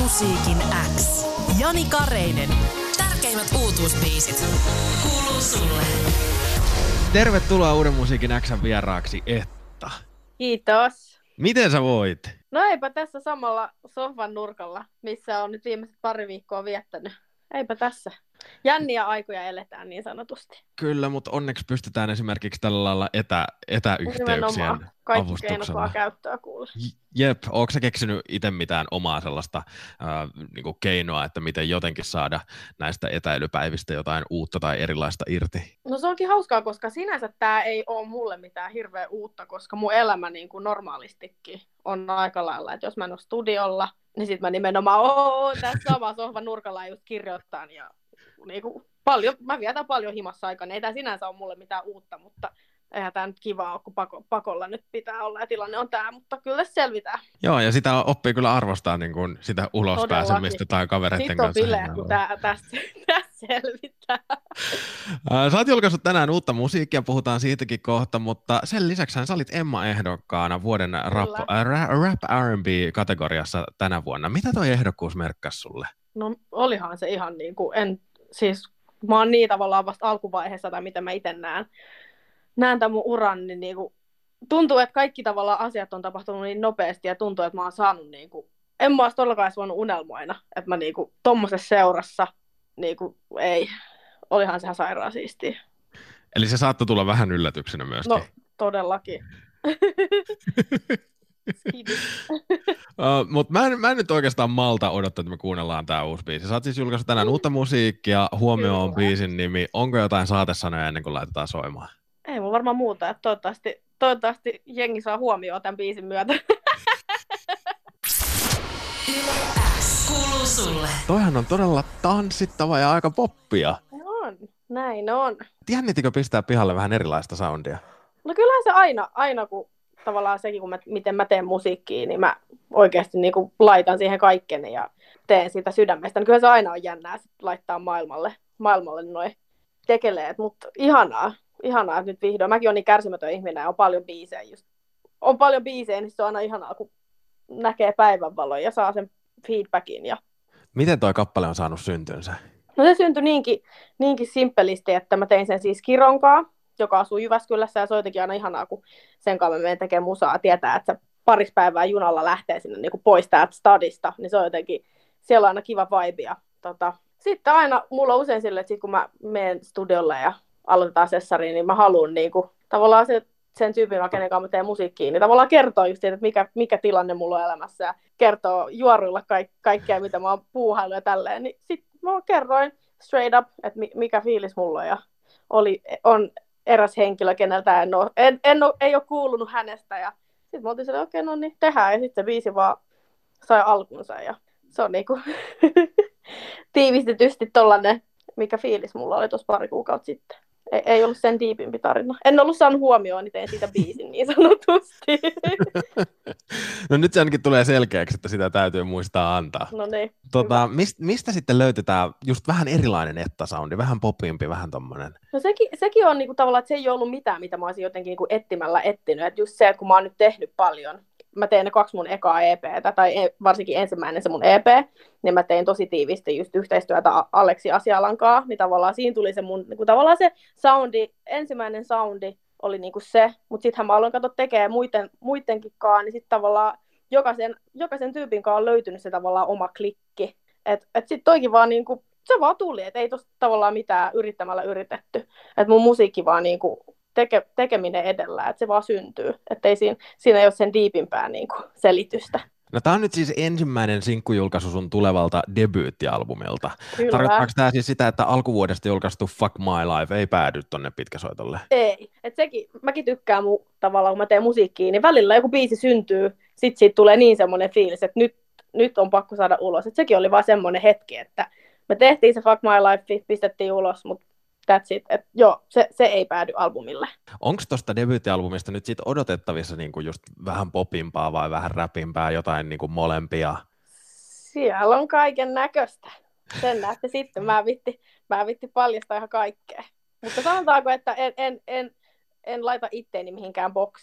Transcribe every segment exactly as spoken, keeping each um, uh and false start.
Musiikin X. Jani Kareinen. Tärkeimmät uutuusbiisit. Kuuluu sulle. Tervetuloa Uuden Musiikin X:n vieraaksi, Etta. Kiitos. Miten sä voit? No eipä tässä samalla sohvan nurkalla, missä on nyt viimeiset pari viikkoa viettänyt. Eipä tässä. Jänniä aikoja eletään niin sanotusti. Kyllä, mutta onneksi pystytään esimerkiksi tällä lailla etä, etäyhteyksien kaikki avustuksella. keinot vaan käyttöä kuulla. Jep, ootko sä keksinyt itse mitään omaa sellaista äh, niinku keinoa, että miten jotenkin saada näistä etäilypäivistä jotain uutta tai erilaista irti? No se onkin hauskaa, koska sinänsä tämä ei ole mulle mitään hirveän uutta, koska mun elämä niin kuin normaalistikin on aika lailla, että jos mä en ole studiolla, niin sit mä nimenomaan ooo, tässä sama sohvan nurkalla just kirjoittaan ja niin kuin paljon, mä vietän paljon himassa aikaa. Ei tämä sinänsä ole mulle mitään uutta, mutta eihän tämä nyt kiva ole, kun pako, pakolla nyt pitää olla ja tilanne on tämä, mutta kyllä se selvitään. Joo, ja sitä oppii kyllä arvostaa niin kuin sitä ulospääsemistä tai kavereiden Sitten kanssa. Sitten on bileä, kun tää, tästä, tästä selvitään. Sä oot julkaissut tänään uutta musiikkia, puhutaan siitäkin kohta, mutta sen lisäksi sä olit Emma-ehdokkaana vuoden rap, rap R and B-kategoriassa tänä vuonna. Mitä toi ehdokkuus merkkasi sulle? No olihan se ihan niin kuin, en, siis mä oon niin tavallaan vasta alkuvaiheessa, tai miten mä itse näen, näen tämän mun uran, niin, niin kuin, tuntuu, että kaikki tavallaan asiat on tapahtunut niin nopeasti, ja tuntuu, että mä oon saanut, niin kuin, en mä ois todellakaan voinut unelmoina, että mä niin kuin, tommosessa seurassa, niin kuin, ei, olihan sehän sairaan siistiä. Eli se saattoi tulla vähän yllätyksenä myöskin. No, todellakin. uh, Mutta mä, mä en nyt oikeastaan malta odottaa, että me kuunnellaan tää uusi biisi. Sä oot siis julkaissut tänään uutta musiikkia, huomioon on biisin nimi. Onko jotain saatesanoja ennen kuin laitetaan soimaan? Ei mun varmaan muuta, että toivottavasti, toivottavasti jengi saa huomioon tämän biisin myötä. Kuuluu sulle. Toihan on todella tanssittava ja aika poppia. On, näin on. Jännittikö pistää pihalle vähän erilaista soundia? No kyllähän se aina, aina kun tavallaan sekin, kun mä, miten mä teen musiikkia, niin mä oikeasti niin kuin laitan siihen kaikkeni ja teen sitä sydämestä. Niin kyllä se aina on jännää sit laittaa maailmalle, maailmalle noi tekeleet, mutta ihanaa, ihanaa, että nyt vihdoin. Mäkin olen niin kärsimätön ihminen ja on paljon biisejä just. On paljon biisejä, niin se on aina ihanaa, kun näkee päivänvalon ja saa sen feedbackin. Ja... Miten toi kappale on saanut syntynsä? No se syntyi niinkin, niinkin simppelisti, että mä tein sen siis Kironkaa, joka asuu Jyväskylässä, ja se on jotenkin aina ihanaa, kun sen kanssa me menen tekemään musaa, tietää, että se paris päivää junalla lähtee sinne niin kuin pois täältä stadista, niin se on jotenkin, siellä on aina kiva vibe. Ja, tota. Sitten aina, mulla on usein silleen, että sit kun mä menen studiolle ja aloitetaan sessariin, niin mä haluan niin kuin, tavallaan se, sen tyypin, kenen kanssa mä teen musiikkiin, niin tavallaan kertoo just siitä, että mikä, mikä tilanne mulla on elämässä, ja kertoo juoruilla kaik, kaikkea, mitä mä oon puuhaillut ja tälleen, niin sitten mä kerroin straight up, että mikä fiilis mulla on, ja oli, on eräs henkilö, keneltä en ole, en, en ole, ei ole kuulunut hänestä. Ja sitten mä oltiin silleen, okei, okay, no niin, tehdään. Ja sitten se biisi vaan sai alkunsa. Ja se on niinku tiivistetysti tollanen, mikä fiilis mulla oli tuossa pari kuukautta sitten. Ei, ei ollut sen diipimpi tarina. En ollut saanut huomioon, niin tein siitä biisin niin sanotusti. No nyt se ainakin tulee selkeäksi, että sitä täytyy muistaa antaa. No niin. Tota, mist, mistä sitten löytetään just vähän erilainen Etta-soundi, vähän popimpi, vähän tommonen? No sekin, sekin on niinku tavallaan, että se ei ollut mitään, mitä mä olisin jotenkin niinku etsimällä etsinyt. Et just se, että kun mä oon nyt tehnyt paljon, mä tein ne kaksi mun ekaa E P:tä, tai varsinkin ensimmäinen se mun E P, niin mä tein tosi tiivisti just yhteistyötä Aleksi Asialankaa, niin tavallaan siinä tuli se mun, niin tavallaan se soundi, ensimmäinen soundi oli niinku se, mutta sittenhän mä aloin katsoa tekee muiden, muidenkinkaan, niin sitten tavallaan jokaisen, jokaisen tyypin kanssa on löytynyt se tavallaan oma klikki, että et sitten toikin vaan niinku, se vaan tuli, että ei tosta tavallaan mitään yrittämällä yritetty, että mun musiikki vaan niinku, Teke, tekeminen edellä, että se vaan syntyy. Että ei siinä, siinä ei ole sen diipimpää niin kuin selitystä. No tää on nyt siis ensimmäinen sinkkujulkaisu sun tulevalta debyyttialbumilta. Kyllä. Tarkoittaako tää siis sitä, että alkuvuodesta julkaistu Fuck My Life ei päädy tonne pitkäsoitolle? Ei. Et sekin, mäkin tykkään mu, tavallaan, kun mä teen musiikkia, niin välillä joku biisi syntyy, sit siitä tulee niin semmoinen fiilis, että nyt, nyt on pakko saada ulos. Et sekin oli vaan semmoinen hetki, että me tehtiin se Fuck My Life, pistettiin ulos, mutta that's it. Et joo, se, se ei päädy albumille. Onko tuosta debyyttialbumista nyt sit odotettavissa niinku just vähän popimpaa vai vähän räpimpää, jotain niinku molempia? Siellä on kaiken näköistä. Sen näette sitten. Mä vitti, mä vitti paljastaa ihan kaikkea. Mutta sanotaanko, että en, en, en, en laita itteeni mihinkään boksiin.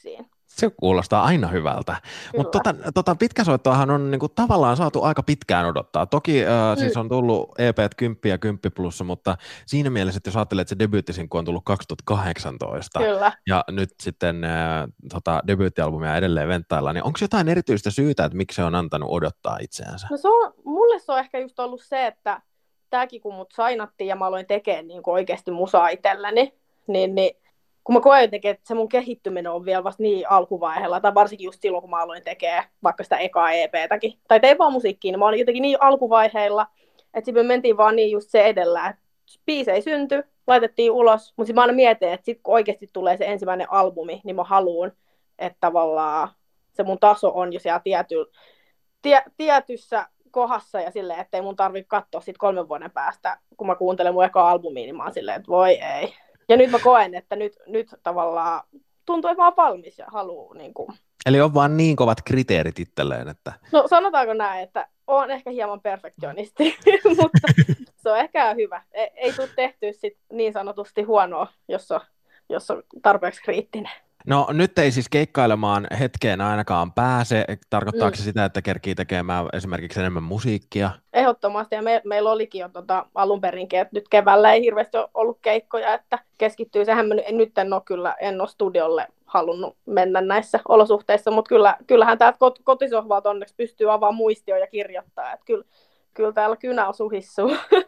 Se kuulostaa aina hyvältä. Mutta tota, tota pitkäsoittoahan on niinku tavallaan saatu aika pitkään odottaa. Toki äh, mm. siis on tullut E P:t kymmenen ja kymmenen plussa, mutta siinä mielessä, että jos ajattelee, että se debyyttisinku on tullut kaksituhattakahdeksantoista Kyllä. ja nyt sitten äh, tota, debyyttialbumia edelleen venttaillaan, niin onko jotain erityistä syytä, että miksi se on antanut odottaa itseänsä? No se on, mulle se on ehkä just ollut se, että tämäkin kun mut sainattiin ja mä aloin tekemään niin oikeasti musaa itselläni, niin, niin kun mä koen jotenkin, että se mun kehittyminen on vielä vasta niin alkuvaiheella, tai varsinkin just silloin, kun mä aloin tekemään vaikka sitä ekaa E P:täkin, tai tein vaan musiikkiin, niin mä olin jotenkin niin alkuvaiheilla, että sitten me mentiin vaan niin just se edellä, että biisei syntyi, laitettiin ulos, mutta sitten mä aina mietin, että sitten kun oikeasti tulee se ensimmäinen albumi, niin mä haluan, että tavallaan se mun taso on jo siellä tiety, tie, tietyssä kohdassa ja silleen, ettei mun tarvitse katsoa sit kolmen vuoden päästä, kun mä kuuntelen mun ekaa albumia, niin mä oon silleen, että voi ei. Ja nyt mä koen, että nyt, nyt tavallaan tuntuu, että mä oon valmis ja haluun. Niin kuin. Eli on vaan niin kovat kriteerit itselleen, että... No sanotaanko näin, että oon ehkä hieman perfektionisti, mutta se on ehkä hyvä. Ei, ei tule tehtyä sit niin sanotusti huonoa, jos on, jos on tarpeeksi kriittinen. No nyt ei siis keikkailemaan hetkeen ainakaan pääse. Tarkoittaako mm. se sitä, että kerkii tekemään esimerkiksi enemmän musiikkia? Ehdottomasti, ja me, meillä olikin jo tota, alun perinkin, että nyt keväällä ei hirveästi ole ollut keikkoja, että keskittyy. Sehän mä nyt en ole kyllä, en ole studiolle halunnut mennä näissä olosuhteissa, mutta kyllä, kyllähän täältä kot, kotisohvalta onneksi pystyy avaamaan muistio ja kirjoittaa, että kyllä, kyllä täällä kynä on suhissuu.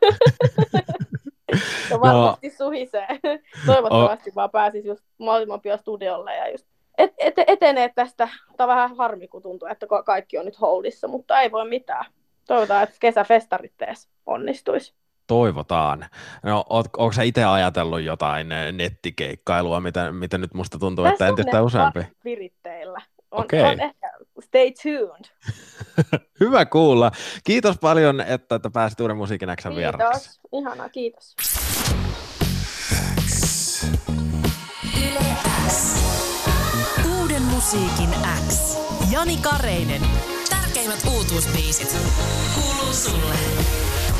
Ja varmasti no. suhisee. Toivottavasti oh. vaan pääsisi just mahdollisimman pian studiolle ja just et, et, etenee tästä. Tämä on vähän harmi, kun tuntuu, että kaikki on nyt holdissa, mutta ei voi mitään. Toivotaan, että kesäfestarit tees onnistuisi. Toivotaan. No, oot, ootko sä itse ajatellut jotain nettikeikkailua, mitä, mitä nyt musta tuntuu, tässä että entistä useampi? Tässä on viritteillä. On, okay. on ehkä, stay tuned. Hyvä kuulla. Kiitos paljon, että, että pääsit Uuden musiikin X:n vieraaksi. Kiitos. Ihanaa, kiitos. Uuden musiikin X. Jani Kareinen. Tärkeimmät uutuusbiisit. Kuuluu sulle.